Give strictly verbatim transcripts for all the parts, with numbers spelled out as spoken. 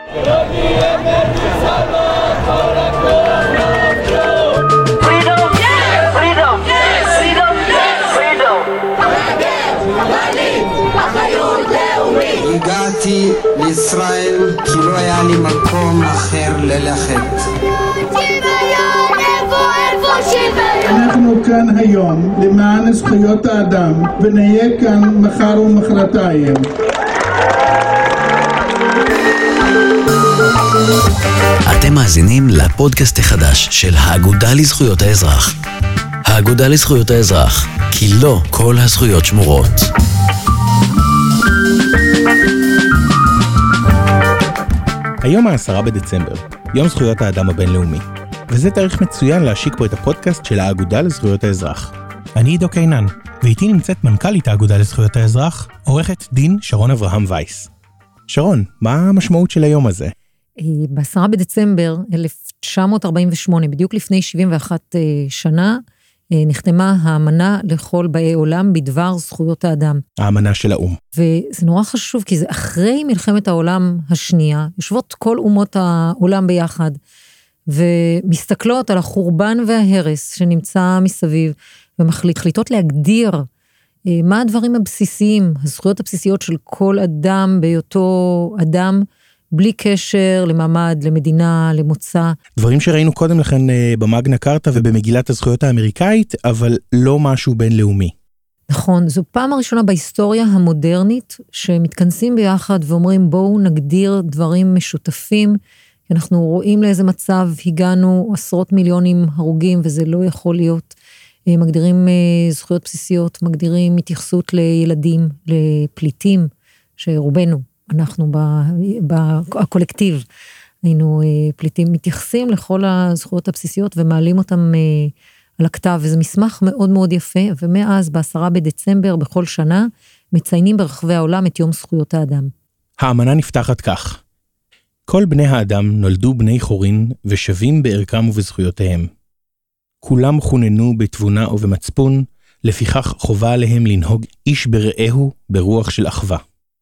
הגעתי לישראל כי לא היה לי מקום אחר ללכת. שוויון, איפה, איפה שוויון? אנחנו כאן היום למען זכויות האדם ונהיה כאן מחר ומחרתיים. אתם מאזינים לפודקאסט החדש של האגודה לזכויות האזרח. האגודה לזכויות האזרח, כי לא כל הזכויות שמורות. היום העשרה בדצמבר, יום זכויות האדם הבינלאומי, וזה תאריך מצוין להשיק פה את הפודקאסט של האגודה לזכויות האזרח. אני עידו קינן, ואיתי נמצאת מנכ"לית האגודה לזכויות האזרח, עורכת דין שרון אברהם וייס. שרון, מה המשמעות של היום הזה? בעשרה בדצמבר אלף תשע מאות ארבעים ושמונה, בדיוק לפני שבעים ואחת שנה, נחתמה האמנה לכל באי עולם בדבר זכויות האדם. האמנה של האום. וזה נורא חשוב, כי זה אחרי מלחמת העולם השנייה, יושבות כל אומות העולם ביחד, ומסתכלות על החורבן וההרס שנמצא מסביב, ומחליטות להגדיר מה הדברים הבסיסיים, הזכויות הבסיסיות של כל אדם בהיותו אדם, בלי קשר למעמד, למדינה, למוצא. דברים שראינו קודם לכן במגנה קארטה ובמגילת הזכויות האמריקאית, אבל לא משהו בינלאומי. נכון, זו פעם הראשונה בהיסטוריה המודרנית, שמתכנסים ביחד ואומרים בואו נגדיר דברים משותפים, כי אנחנו רואים לאיזה מצב הגענו עשרות מיליונים הרוגים, וזה לא יכול להיות. מגדירים זכויות בסיסיות, מגדירים התייחסות לילדים, לפליטים, שרובנו, אנחנו בקולקטיב, היינו פליטים, מתייחסים לכל הזכויות הבסיסיות ומעלים אותם על הכתב, וזה מסמך מאוד מאוד יפה, ומאז בעשרה בדצמבר בכל שנה, מציינים ברחבי העולם את יום זכויות האדם. האמנה נפתחת כך: כל בני האדם נולדו בני חורין ושווים בערכם ובזכויותיהם. כולם חוננו בתבונה ובמצפון, לפיכך חובה עליהם לנהוג איש ברעהו ברוח של אחווה.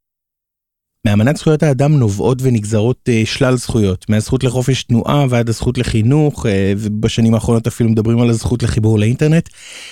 מאמנת זכויות האדם נובעות ונגזרות שלל זכויות, מהזכות לחופש תנועה ועד הזכות לחינוך, ובשנים האחרונות אפילו מדברים על הזכות לחיבור לאינטרנט.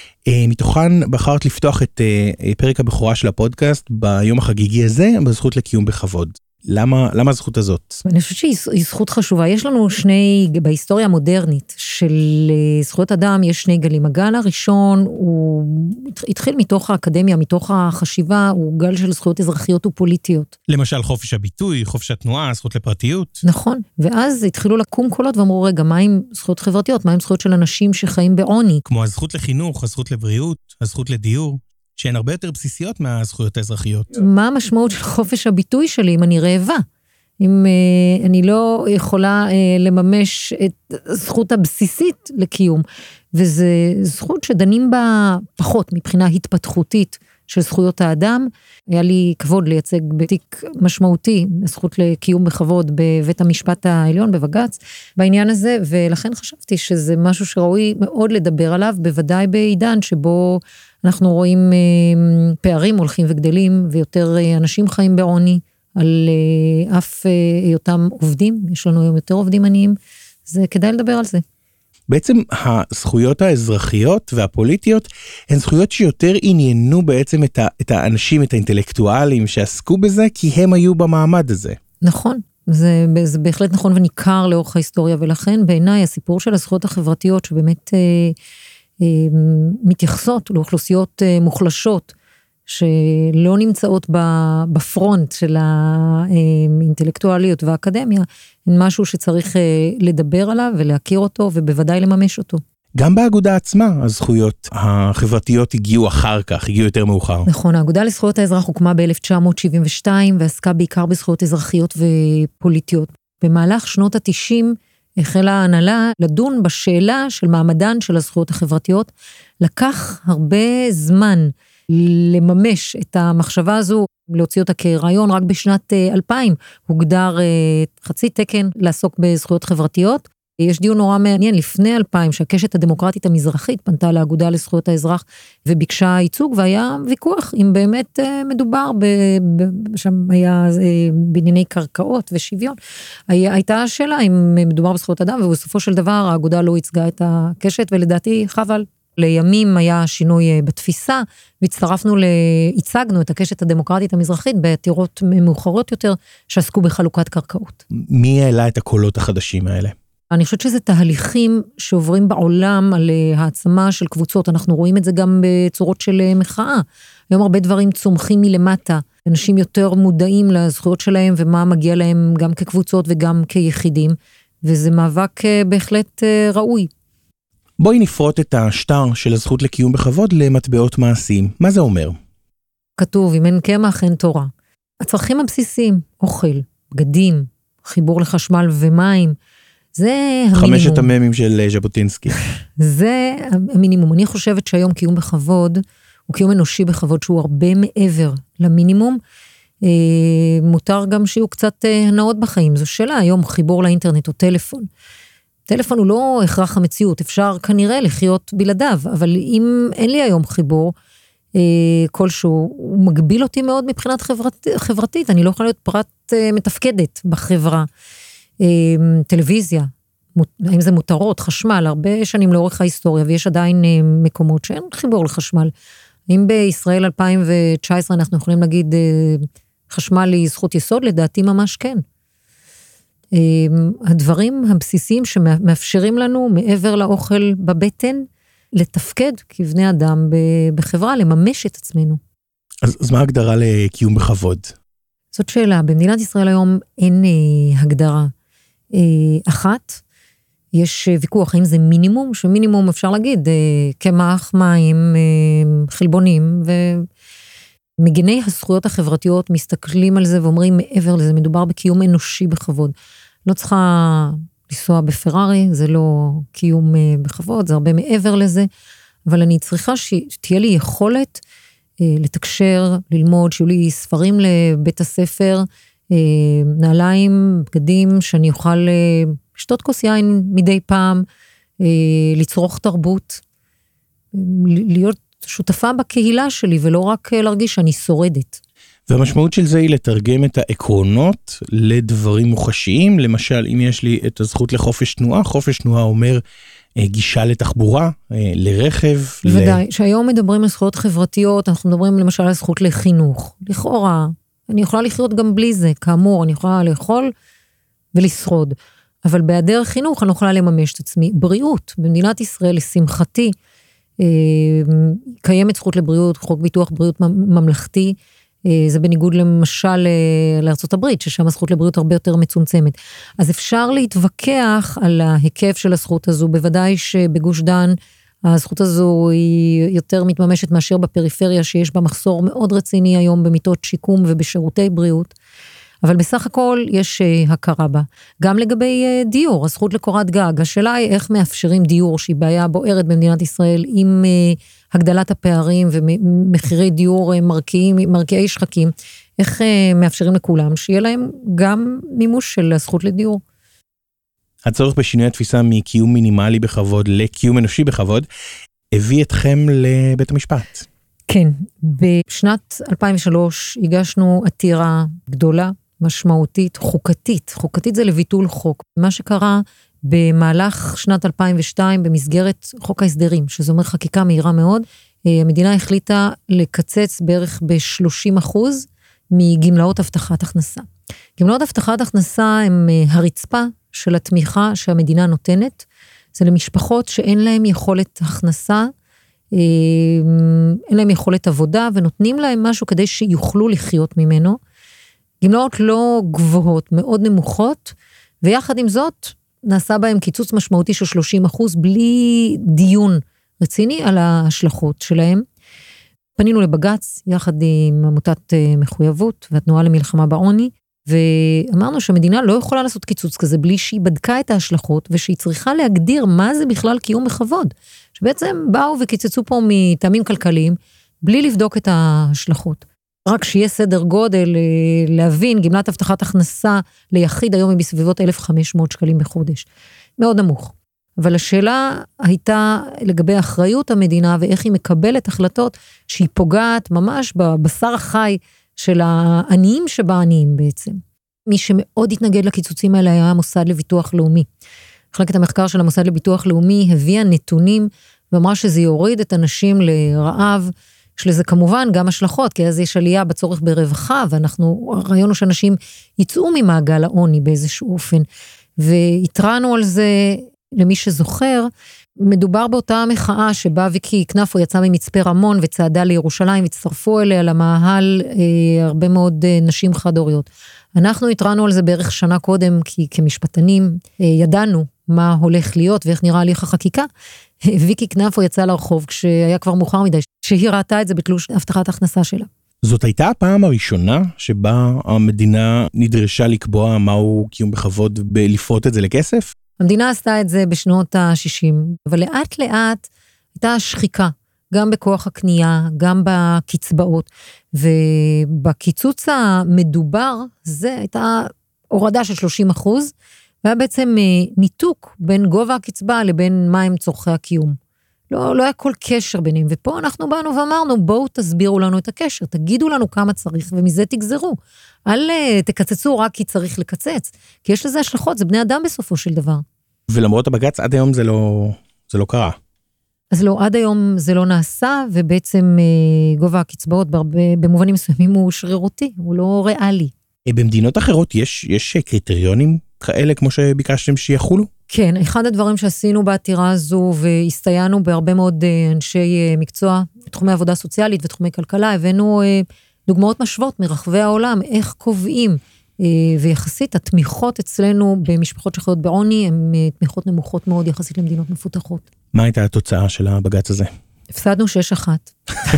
מתוכן בחרת לפתוח את פרק הבכורה של הפודקאסט ביום החגיגי הזה, בזכות לקיום בכבוד. למה, למה הזכות הזאת? אני חושבת שהיא זכות חשובה. יש לנו שני, בהיסטוריה המודרנית של זכויות אדם, יש שני גלים. הגל הראשון, הוא התחיל מתוך האקדמיה, מתוך החשיבה, הוא גל של זכויות אזרחיות ופוליטיות. למשל חופש הביטוי, חופש התנועה, זכות לפרטיות. נכון, ואז התחילו לקום קולות ואמרו, רגע, מה עם זכויות חברתיות? מה עם זכויות של אנשים שחיים בעוני? כמו הזכות לחינוך, הזכות לבריאות, הזכות לדיור. שהן הרבה יותר בסיסיות מהזכויות האזרחיות. מה המשמעות של חופש הביטוי שלי אם אני רעבה? אם אה, אני לא יכולה אה, לממש את הזכות הבסיסית לקיום, וזו זכות שדנים בה פחות מבחינה התפתחותית של זכויות האדם. היה לי כבוד לייצג בתיק משמעותי, הזכות לקיום בכבוד בבית המשפט העליון, בבג"ץ, בעניין הזה, ולכן חשבתי שזה משהו שראוי מאוד לדבר עליו, בוודאי בעידן שבו אנחנו רואים אה, פערים הולכים וגדלים, ויותר אה, אנשים חיים בעוני, על אה, אף אה, אותם עובדים, יש לנו היום יותר עובדים עניים, זה כדאי לדבר על זה. בעצם הזכויות האזרחיות והפוליטיות, הן זכויות שיותר עניינו בעצם את, ה, את האנשים, את האינטלקטואלים שעסקו בזה, כי הם היו במעמד הזה. נכון, זה, זה בהחלט נכון וניכר לאורך ההיסטוריה, ולכן בעיניי הסיפור של הזכויות החברתיות, שבאמת אה, אה, מתייחסות לאוכלוסיות אה, מוחלשות, שלא נמצאות בפרונט של האינטלקטואליות והאקדמיה, הן משהו שצריך לדבר עליו ולהכיר אותו, ובוודאי לממש אותו. גם באגודה עצמה, הזכויות החברתיות הגיעו אחר כך, הגיעו יותר מאוחר. נכון, האגודה לזכויות האזרח הוקמה ב-אלף תשע מאות שבעים ושתיים, ועסקה בעיקר בזכויות אזרחיות ופוליטיות. במהלך שנות ה-תשעים, החלה ההנהלה לדון בשאלה של מעמדן של הזכויות החברתיות. לקח הרבה זמן לממש את המחשבה הזו, להוציא אותה כרעיון. רק בשנת אלפיים הוגדר חצי תקן לעסוק בזכויות חברתיות, יש דיון נורא מעניין, לפני אלפיים, שהקשת הדמוקרטית המזרחית פנתה לאגודה לזכויות האזרח, וביקשה ייצוג, והיה ויכוח אם באמת מדובר, ב, ב, שם היה בענייני קרקעות ושוויון, היה, הייתה השאלה אם מדובר בזכויות אדם, ובסופו של דבר האגודה לא ייצגה את הקשת, ולדעתי חבל. לימים היה שינוי בתפיסה, והצטרפנו, הצגנו את הקשת הדמוקרטית המזרחית, בעתירות מאוחרות יותר, שעסקו בחלוקת קרקעות. מי העלה את הקולות החדשים האלה? אני חושבת שזה תהליכים שעוברים בעולם על העצמה של קבוצות, אנחנו רואים את זה גם בצורות של מחאה. היום הרבה דברים צומחים מלמטה, אנשים יותר מודעים לזכויות שלהם, ומה מגיע להם גם כקבוצות וגם כיחידים, וזה מאבק בהחלט ראוי. בואי נפרוט את השטר של הזכות לקיום בכבוד למטבעות מעשיים. מה זה אומר? כתוב, אם אין קמח אין תורה. הצרכים הבסיסיים, אוכל, בגדים, חיבור לחשמל ומים, זה המינימום. חמשת הממים של ז'בוטינסקי. זה המינימום. אני חושבת שהיום קיום בכבוד, הוא קיום אנושי בכבוד, שהוא הרבה מעבר למינימום. אה, מותר גם שיהיו קצת הנאות בחיים. זו שאלה, היום חיבור לאינטרנט או טלפון. טלפון הוא לא הכרח המציאות, אפשר כנראה לחיות בלעדיו, אבל אם אין לי היום חיבור אה, כלשהו, הוא מגביל אותי מאוד מבחינת חברת, חברתית, אני לא יכולה להיות פרט אה, מתפקדת בחברה. אה, טלוויזיה, מות, האם זה מותרות, חשמל, הרבה שנים לאורך ההיסטוריה, ויש עדיין אה, מקומות שאין חיבור לחשמל. אם בישראל אלפיים תשע עשרה אנחנו יכולים להגיד, אה, חשמל היא זכות יסוד, לדעתי ממש כן. הדברים הבסיסיים שמאפשרים לנו מעבר לאוכל בבטן, לתפקד כבני אדם בחברה, לממש את עצמנו. אז, אז מה ההגדרה לקיום בכבוד? זאת שאלה, במדינת ישראל היום אין אה, הגדרה אה, אחת, יש ויכוח האם זה מינימום, שמינימום אפשר להגיד, אה, קמח, מים, אה, חלבונים, ומגיני הזכויות החברתיות מסתכלים על זה ואומרים מעבר לזה, מדובר בקיום אנושי בכבוד. לא צריכה לנסוע בפרארי, זה לא קיום בכבוד, זה הרבה מעבר לזה, אבל אני צריכה שתהיה לי יכולת אה, לתקשר, ללמוד, שיהיו לי ספרים לבית הספר, אה, נעליים, בגדים, שאני אוכל אה, לשתות כוס יין מדי פעם, אה, לצרוך תרבות, אה, להיות שותפה בקהילה שלי, ולא רק אה, להרגיש שאני שורדת. והמשמעות של זה היא לתרגם את העקרונות לדברים מוחשיים, למשל אם יש לי את הזכות לחופש תנועה, חופש תנועה אומר גישה לתחבורה, לרכב. בוודאי, ל... שהיום מדברים על זכויות חברתיות, אנחנו מדברים למשל על זכות לחינוך, לכאורה, אני יכולה לחיות גם בלי זה, כאמור, אני יכולה לאכול ולשרוד, אבל בהיעדר חינוך אני לא יכולה לממש את עצמי. בריאות, במדינת ישראל לשמחתי, קיימת זכות לבריאות, חוק ביטוח בריאות ממלכתי, זה בניגוד למשל לארצות הברית, ששם הזכות לבריאות הרבה יותר מצומצמת. אז אפשר להתווכח על ההיקף של הזכות הזו, בוודאי שבגוש דן הזכות הזו היא יותר מתממשת מאשר בפריפריה, שיש בה מחסור מאוד רציני היום במיטות שיקום ובשירותי בריאות, אבל בסך הכל יש הכרה בה. גם לגבי דיור, הזכות לקורת גג, השאלה היא איך מאפשרים דיור שהיא בעיה בוערת במדינת ישראל, עם הגדלת הפערים ומחירי דיור מרקיעים, מרקיעי שחקים, איך מאפשרים לכולם שיהיה להם גם מימוש של הזכות לדיור. הצורך בשינוי התפיסה מקיום מינימלי בכבוד לקיום אנושי בכבוד, הביא אתכם לבית המשפט. כן, בשנת אלפיים ושלוש הגשנו עתירה גדולה, משמעותית, חוקתית. חוקתית זה לביטול חוק. מה שקרה במהלך שנת אלפיים ושתיים במסגרת חוק ההסדרים, שזה אומר חקיקה מהירה מאוד, המדינה החליטה לקצץ בערך ב-שלושים אחוז מגמלאות הבטחת הכנסה. גמלאות הבטחת הכנסה הם הרצפה של התמיכה שהמדינה נותנת, זה למשפחות שאין להם יכולת הכנסה, אין להם יכולת עבודה, ונותנים להם משהו כדי שיוכלו לחיות ממנו. גמלאות לא גבוהות, מאוד נמוכות, ויחד עם זאת, נעשה בהם קיצוץ משמעותי של שלושים אחוז, בלי דיון רציני על ההשלכות שלהם. פנינו לבגץ, יחד עם עמותת מחויבות, והתנועה למלחמה בעוני, ואמרנו שהמדינה לא יכולה לעשות קיצוץ כזה, בלי שהיא בדקה את ההשלכות, ושהיא צריכה להגדיר מה זה בכלל קיום בכבוד. שבעצם באו וקיצצו פה מטעמים כלכליים, בלי לבדוק את ההשלכות. רק שיהיה סדר גודל, להבין, גמלת הבטחת הכנסה ליחיד היום היא בסביבות אלף וחמש מאות שקלים בחודש. מאוד נמוך. אבל השאלה הייתה לגבי אחריות המדינה, ואיך היא מקבלת החלטות שהיא פוגעת ממש בבשר החי של העניים שבעניים בעצם. מי שמאוד התנגד לקיצוצים האלה היה המוסד לביטוח לאומי. מחלקת המחקר של המוסד לביטוח לאומי הביאה נתונים, ואמרה שזה יוריד את אנשים לרעב, יש לזה כמובן גם השלכות, כי אז יש עלייה בצורך ברווחה, ואנחנו, הרעיון הוא שאנשים יצאו ממעגל העוני באיזשהו אופן, והתרענו על זה למי שזוכר, מדובר באותה מחאה שבה ויקי כנפו יצא ממצפה רמון וצעדה לירושלים, והצטרפו אליה למאהל אה, הרבה מאוד אה, נשים חד-הוריות. אנחנו התרענו על זה בערך שנה קודם, כי כמשפטנים אה, ידענו מה הולך להיות ואיך נראה הליך החקיקה. ויקי כנפו יצא לרחוב כשהיה כבר מאוחר מדי, שהיא ראתה את זה בתלוש הבטחת הכנסה שלה. זאת הייתה הפעם הראשונה שבה המדינה נדרשה לקבוע מהו קיום בכבוד ולפרוט את זה לכסף? המדינה עשתה את זה בשנות ה-שישים, אבל לאט לאט הייתה שחיקה, גם בכוח הקנייה, גם בקצבאות, ובקיצוץ המדובר, זה הייתה הורדה של שלושים אחוז, והיה בעצם ניתוק בין גובה הקצבה לבין מה הם צורכי הקיום. לא, לא היה כל קשר ביניהם, ופה אנחנו באנו ואמרנו, בואו תסבירו לנו את הקשר, תגידו לנו כמה צריך, ומזה תגזרו. אל תקצצו רק כי צריך לקצץ, כי יש לזה השלכות, זה בני אדם בסופו של דבר. ולמרות הבג"ץ, עד היום זה לא, זה לא קרה. אז לא, עד היום זה לא נעשה, ובעצם גובה הקצבאות בהרבה, במובנים מסוימים הוא שרירותי, הוא לא ריאלי. במדינות אחרות יש, יש קריטריונים כאלה כמו שביקשתם שיחולו? כן, אחד הדברים שעשינו בעתירה הזו, והסתייענו בהרבה מאוד אנשי מקצוע, בתחומי עבודה סוציאלית ותחומי כלכלה, הבאנו דוגמאות משוות מרחבי העולם, איך קובעים, ויחסית התמיכות אצלנו במשפחות שחיות בעוני, הן תמיכות נמוכות מאוד יחסית למדינות מפותחות. מה הייתה התוצאה של הבג"ץ הזה? הפסדנו שש אחת.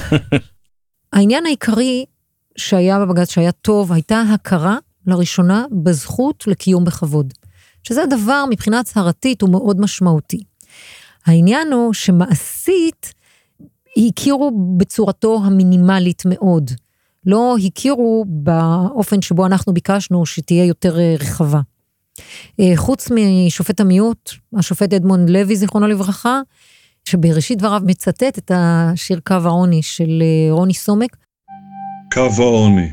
העניין העיקרי שהיה בבג"ץ שהיה טוב, הייתה הכרה לראשונה בזכות לקיום בכבוד. שזה הדבר מבחינה הצהרתית הוא מאוד משמעותי. העניין הוא שמעשית הכירו בצורתו המינימלית מאוד. לא הכירו באופן שבו אנחנו ביקשנו שתהיה יותר רחבה. חוץ משופט המיעוט, השופט אדמונד לוי זיכרונו לברכה, שבראשית דבריו מצטט את השיר קו העוני של רוני סומק. קו העוני.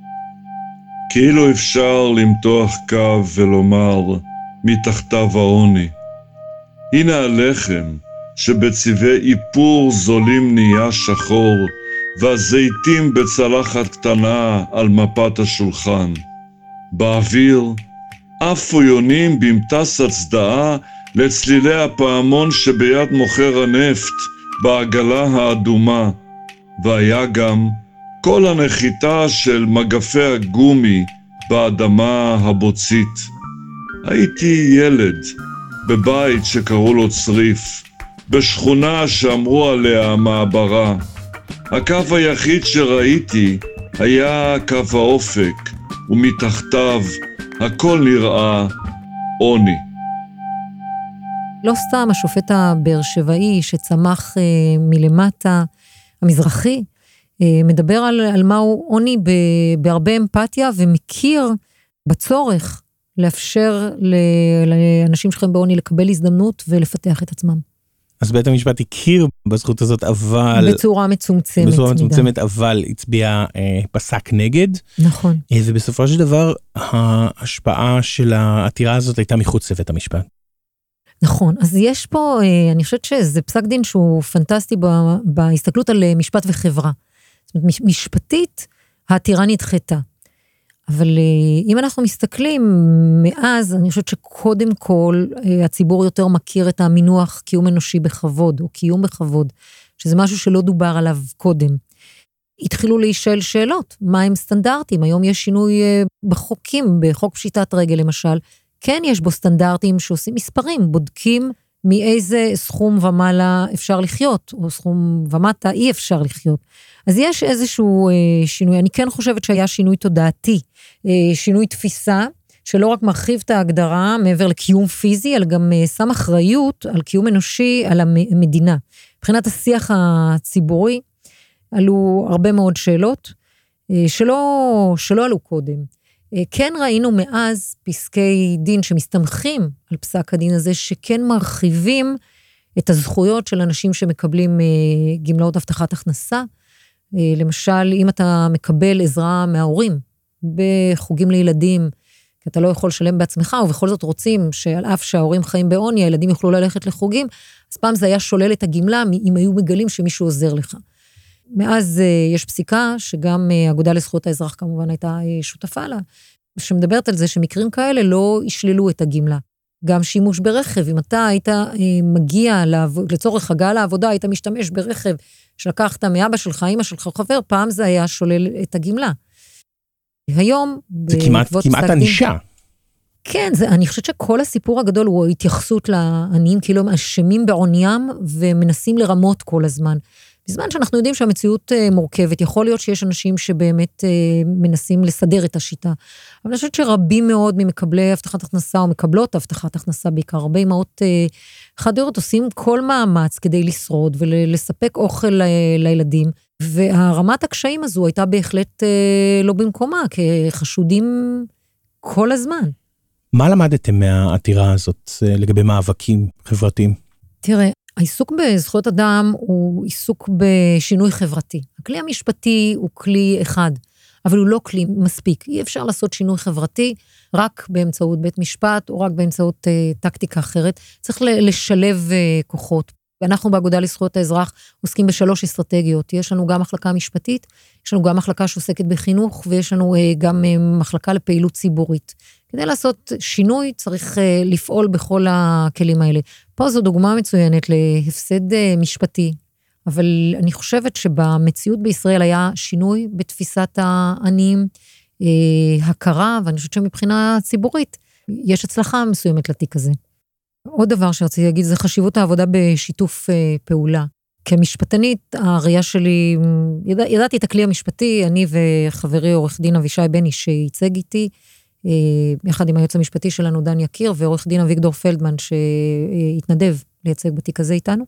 כאילו אפשר למתוח קו ולומר מתחתיו העוני. הנה הלחם שבצבעי איפור זולים נהיה שחור, והזיתים בצלחת קטנה על מפת השולחן. באוויר עפו יונים במטס הצדעה לצלילי הפעמון שביד מוכר הנפט בעגלה האדומה, והיה גם כל הנחיתה של מגפי הגומי באדמה הבוצית. הייתי ילד בבית שקראו לו צריף, בשכונה שאמרו עליה המעברה. הקו היחיד שראיתי היה קו האופק, ומתחתיו הכל נראה עוני. לא סתם השופט הבאר שבעי שצמח אה, מלמטה, המזרחי, אה, מדבר על, על מהו עוני ב, בהרבה אמפתיה, ומכיר בצורך לאפשר ל, לאנשים שחיים בעוני לקבל הזדמנות ולפתח את עצמם. אז בית המשפט הכיר בזכות הזאת, אבל... בצורה מצומצמת. בצורה מצומצמת, אבל הצביע, אה, פסק נגד. נכון. אה, ובסופו של דבר, ההשפעה של העתירה הזאת הייתה מחוץ לבית המשפט. נכון, אז יש פה, אה, אני חושבת שזה פסק דין שהוא פנטסטי ב, בהסתכלות על משפט וחברה. זאת אומרת, משפטית, העתירה נדחתה. אבל אם אנחנו מסתכלים מאז, אני חושבת שקודם כל הציבור יותר מכיר את המינוח קיום אנושי בכבוד, או קיום בכבוד, שזה משהו שלא דובר עליו קודם. התחילו להישאל שאלות, מה הם סטנדרטים? היום יש שינוי בחוקים, בחוק פשיטת רגל למשל, כן יש בו סטנדרטים שעושים מספרים, בודקים מאיזה סכום ומעלה אפשר לחיות, או סכום ומטה אי אפשר לחיות. אז יש איזשהו אה, שינוי, אני כן חושבת שהיה שינוי תודעתי, אה, שינוי תפיסה, שלא רק מרחיב את ההגדרה מעבר לקיום פיזי, אלא גם אה, שם אחריות על קיום אנושי על המדינה. מבחינת השיח הציבורי, עלו הרבה מאוד שאלות, שלא, שלא עלו קודם. כן ראינו מאז פסקי דין שמסתמכים על פסק הדין הזה, שכן מרחיבים את הזכויות של אנשים שמקבלים גמלאות הבטחת הכנסה. למשל, אם אתה מקבל עזרה מההורים בחוגים לילדים, כי אתה לא יכול לשלם בעצמך, ובכל זאת רוצים שעל אף שההורים חיים בעוני, הילדים יוכלו ללכת לחוגים, אז פעם זה היה שולל את הגמלה, אם היו מגלים שמישהו עוזר לך. מאז יש פסיקה, שגם האגודה לזכויות האזרח כמובן הייתה שותפה לה, שמדברת על זה שמקרים כאלה לא ישללו את הגמלה. גם שימוש ברכב, אם אתה היית מגיע לצורך הגעה לעבודה, היית משתמש ברכב שלקחת מאבא שלך, אמא שלך, חבר, פעם זה היה שולל את הגמלה. היום, זה כמעט, כמעט אנישה. כן, זה, אני חושבת שכל הסיפור הגדול הוא התייחסות לעניים, כאילו הם אשמים בעוניים ומנסים לרמות כל הזמן. בזמן שאנחנו יודעים שהמציאות מורכבת, יכול להיות שיש אנשים שבאמת מנסים לסדר את השיטה. אבל אני חושבת שרבים מאוד ממקבלי הבטחת הכנסה, או מקבלות הבטחת הכנסה בעיקר, הרבה אמהות חד-הוריות עושים כל מאמץ כדי לשרוד ולספק אוכל לילדים, והרמת הקשיים הזו הייתה בהחלט לא במקומה, כחשודים כל הזמן. מה למדתם מהעתירה הזאת לגבי מאבקים חברתיים? תראה, העיסוק בזכויות אדם הוא עיסוק בשינוי חברתי. הכלי המשפטי הוא כלי אחד, אבל הוא לא כלי מספיק. אי אפשר לעשות שינוי חברתי רק באמצעות בית משפט, או רק באמצעות uh, טקטיקה אחרת. צריך לשלב uh, כוחות. ואנחנו באגודה לזכויות האזרח עוסקים בשלוש אסטרטגיות. יש לנו גם מחלקה משפטית, יש לנו גם מחלקה שעוסקת בחינוך, ויש לנו uh, גם uh, מחלקה לפעילות ציבורית. כדי לעשות שינוי צריך uh, לפעול בכל הכלים האלה. פה זו דוגמה מצוינת להפסד uh, משפטי, אבל אני חושבת שבמציאות בישראל היה שינוי בתפיסת העניים, uh, הכרה, ואני חושבת שמבחינה ציבורית יש הצלחה מסוימת לתיק הזה. עוד דבר שרציתי להגיד, זה חשיבות העבודה בשיתוף uh, פעולה. כמשפטנית, הראייה שלי, ידע, ידעתי את הכלי המשפטי, אני וחברי עורך דין אבישי בני שייצג איתי, יחד עם היועץ המשפטי שלנו דן יקיר, ועורך דין אביגדור פלדמן שהתנדב לייצג בתיק הזה איתנו.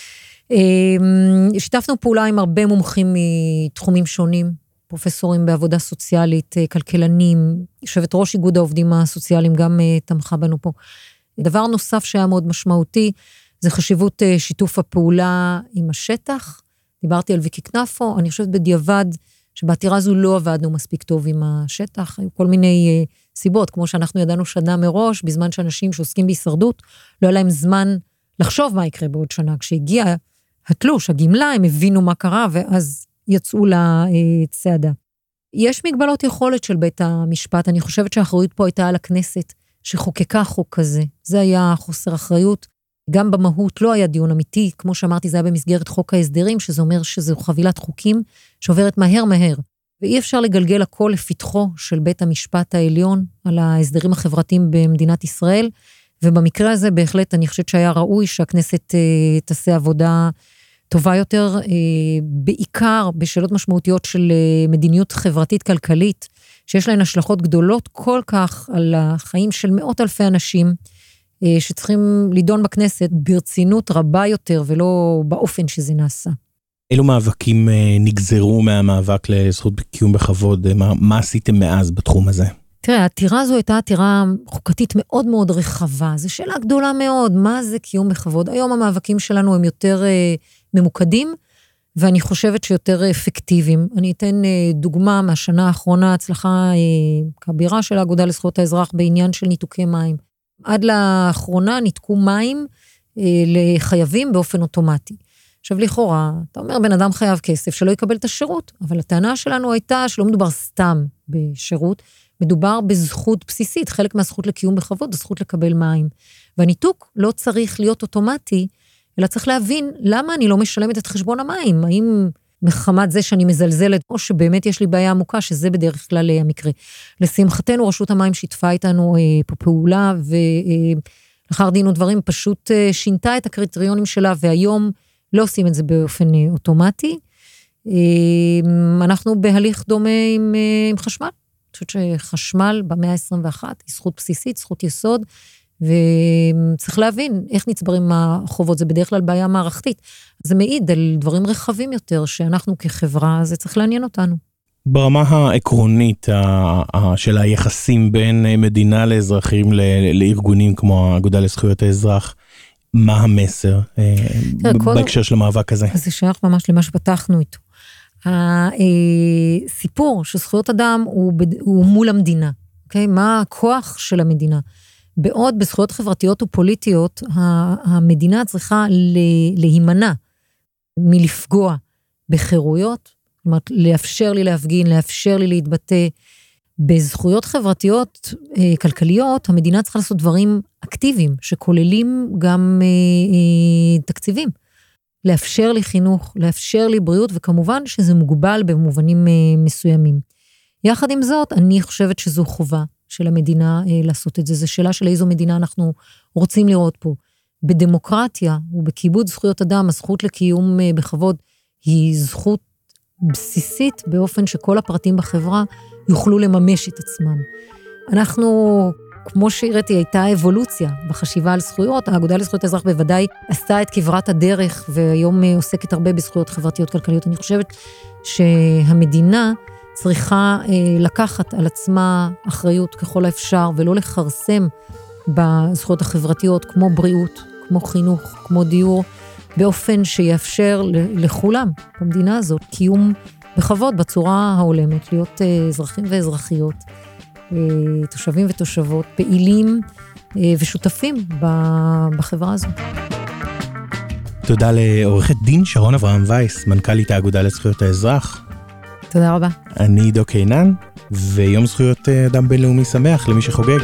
שיתפנו פעולה עם הרבה מומחים מתחומים שונים, פרופסורים בעבודה סוציאלית, כלכלנים, יושבת ראש איגוד העובדים הסוציאליים גם תמכה בנו פה. דבר נוסף שהיה מאוד משמעותי, זה חשיבות שיתוף הפעולה עם השטח. דיברתי על ויקי כנפו, אני חושבת בדיעבד, שבעתירה הזו לא עבדנו מספיק טוב עם השטח, היו כל מיני uh, סיבות, כמו שאנחנו ידענו שנה מראש, בזמן שאנשים שעוסקים בהישרדות, לא היה להם זמן לחשוב מה יקרה בעוד שנה, כשהגיע התלוש, הגמלה, הם הבינו מה קרה, ואז יצאו לצעדה. יש מגבלות יכולת של בית המשפט, אני חושבת שהאחריות פה הייתה על הכנסת, שחוקקה חוק כזה, זה היה חוסר אחריות, גם במהות לא היה דיון אמיתי, כמו שאמרתי, זה היה במסגרת חוק ההסדרים, שזה אומר שזו חבילת חוקים שעוברת מהר מהר, ואי אפשר לגלגל הכל לפתחו של בית המשפט העליון, על ההסדרים החברתיים במדינת ישראל, ובמקרה הזה בהחלט אני חושבת שהיה ראוי שהכנסת אה, תעשה עבודה טובה יותר, אה, בעיקר בשאלות משמעותיות של אה, מדיניות חברתית-כלכלית, שיש להן השלכות גדולות כל כך על החיים של מאות אלפי אנשים, שצריכים לדון בכנסת ברצינות רבה יותר, ולא באופן שזה נעשה. אילו מאבקים נגזרו מהמאבק לזכות קיום בכבוד? מה, מה עשיתם מאז בתחום הזה? תראה, העתירה הזו הייתה עתירה חוקתית מאוד מאוד רחבה. זו שאלה גדולה מאוד, מה זה קיום בכבוד? היום המאבקים שלנו הם יותר ממוקדים, ואני חושבת שיותר אפקטיביים. אני אתן דוגמה מהשנה האחרונה, הצלחה כבירה של האגודה לזכויות האזרח, בעניין של ניתוקי מים. עד לאחרונה ניתקו מים אה, לחייבים באופן אוטומטי. עכשיו לכאורה, אתה אומר בן אדם חייב כסף שלא יקבל את השירות, אבל הטענה שלנו הייתה שלא מדובר סתם בשירות, מדובר בזכות בסיסית, חלק מהזכות לקיום בכבוד, זכות לקבל מים. והניתוק לא צריך להיות אוטומטי, אלא צריך להבין למה אני לא משלמת את חשבון המים, האם מחמת זה שאני מזלזלת, או שבאמת יש לי בעיה עמוקה, שזה בדרך כלל המקרה. לשמחתנו, רשות המים שיתפה איתנו אה, פה פעולה, ולאחר אה, דין ודברים פשוט אה, שינתה את הקריטריונים שלה, והיום לא עושים את זה באופן אה, אוטומטי. אה, אנחנו בהליך דומה עם, אה, עם חשמל. אני חושבת שחשמל במאה ה-עשרים ואחת היא זכות בסיסית, זכות יסוד, וצריך להבין איך נצברים החובות, זה בדרך כלל בעיה מערכתית. זה מעיד על דברים רחבים יותר, שאנחנו כחברה, זה צריך לעניין אותנו. ברמה העקרונית של היחסים בין מדינה לאזרחים לארגונים כמו האגודה לזכויות האזרח, מה המסר בהקשר של המאבק הזה? זה שייך ממש למה שפתחנו איתו. הסיפור של זכויות אדם הוא מול המדינה. מה הכוח של המדינה? בעוד בזכויות חברתיות ופוליטיות, המדינה צריכה להימנע מלפגוע בחירויות, זאת אומרת, לאפשר לי להפגין, לאפשר לי להתבטא. בזכויות חברתיות, כלכליות, המדינה צריכה לעשות דברים אקטיביים, שכוללים גם תקציבים. לאפשר לי חינוך, לאפשר לי בריאות, וכמובן שזה מוגבל במובנים מסוימים. יחד עם זאת, אני חושבת שזו חובה של המדינה לעשות את זה. זו שאלה של איזו מדינה אנחנו רוצים לראות פה. בדמוקרטיה ובכיבוד זכויות אדם, הזכות לקיום בכבוד, היא זכות בסיסית באופן שכל הפרטים בחברה יוכלו לממש את עצמם. אנחנו, כמו שהראיתי, הייתה אבולוציה בחשיבה על זכויות. האגודה לזכויות האזרח בוודאי עשתה את כברת הדרך, והיום עוסקת הרבה בזכויות חברתיות כלכליות. אני חושבת שהמדינה צריכה לקחת על עצמה אחריות ככל האפשר, ולא לחרסם בזכויות החברתיות, כמו בריאות, כמו חינוך, כמו דיור, באופן שיאפשר לכולם במדינה הזאת קיום בכבוד בצורה ההולמת, להיות אזרחים ואזרחיות, תושבים ותושבות, פעילים ושותפים בחברה הזאת. תודה לעורכת דין שרון אברהם וייס, מנכ"לית האגודה לזכויות האזרח. תודה רבה. אני עידו קינן, ויום זכויות אדם בינלאומי שמח למי שחוגג.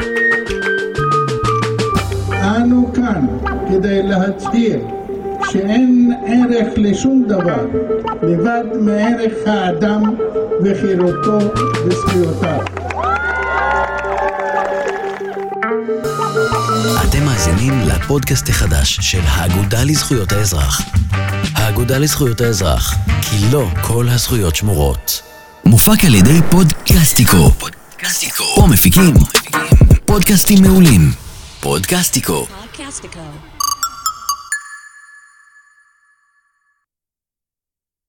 אנו כאן כדי להצהיר שאין ערך לשום דבר לבד מערך האדם וחירותו וזכויותיו. אתם מאזינים לפודקאסט החדש של האגודה לזכויות האזרח. האגודה לזכויות האזרח, כי לא כל הזכויות שמורות. מופק על ידי פודקאסטיקו. פה מפיקים פודקאסטים מעולים. פודקאסטיקו.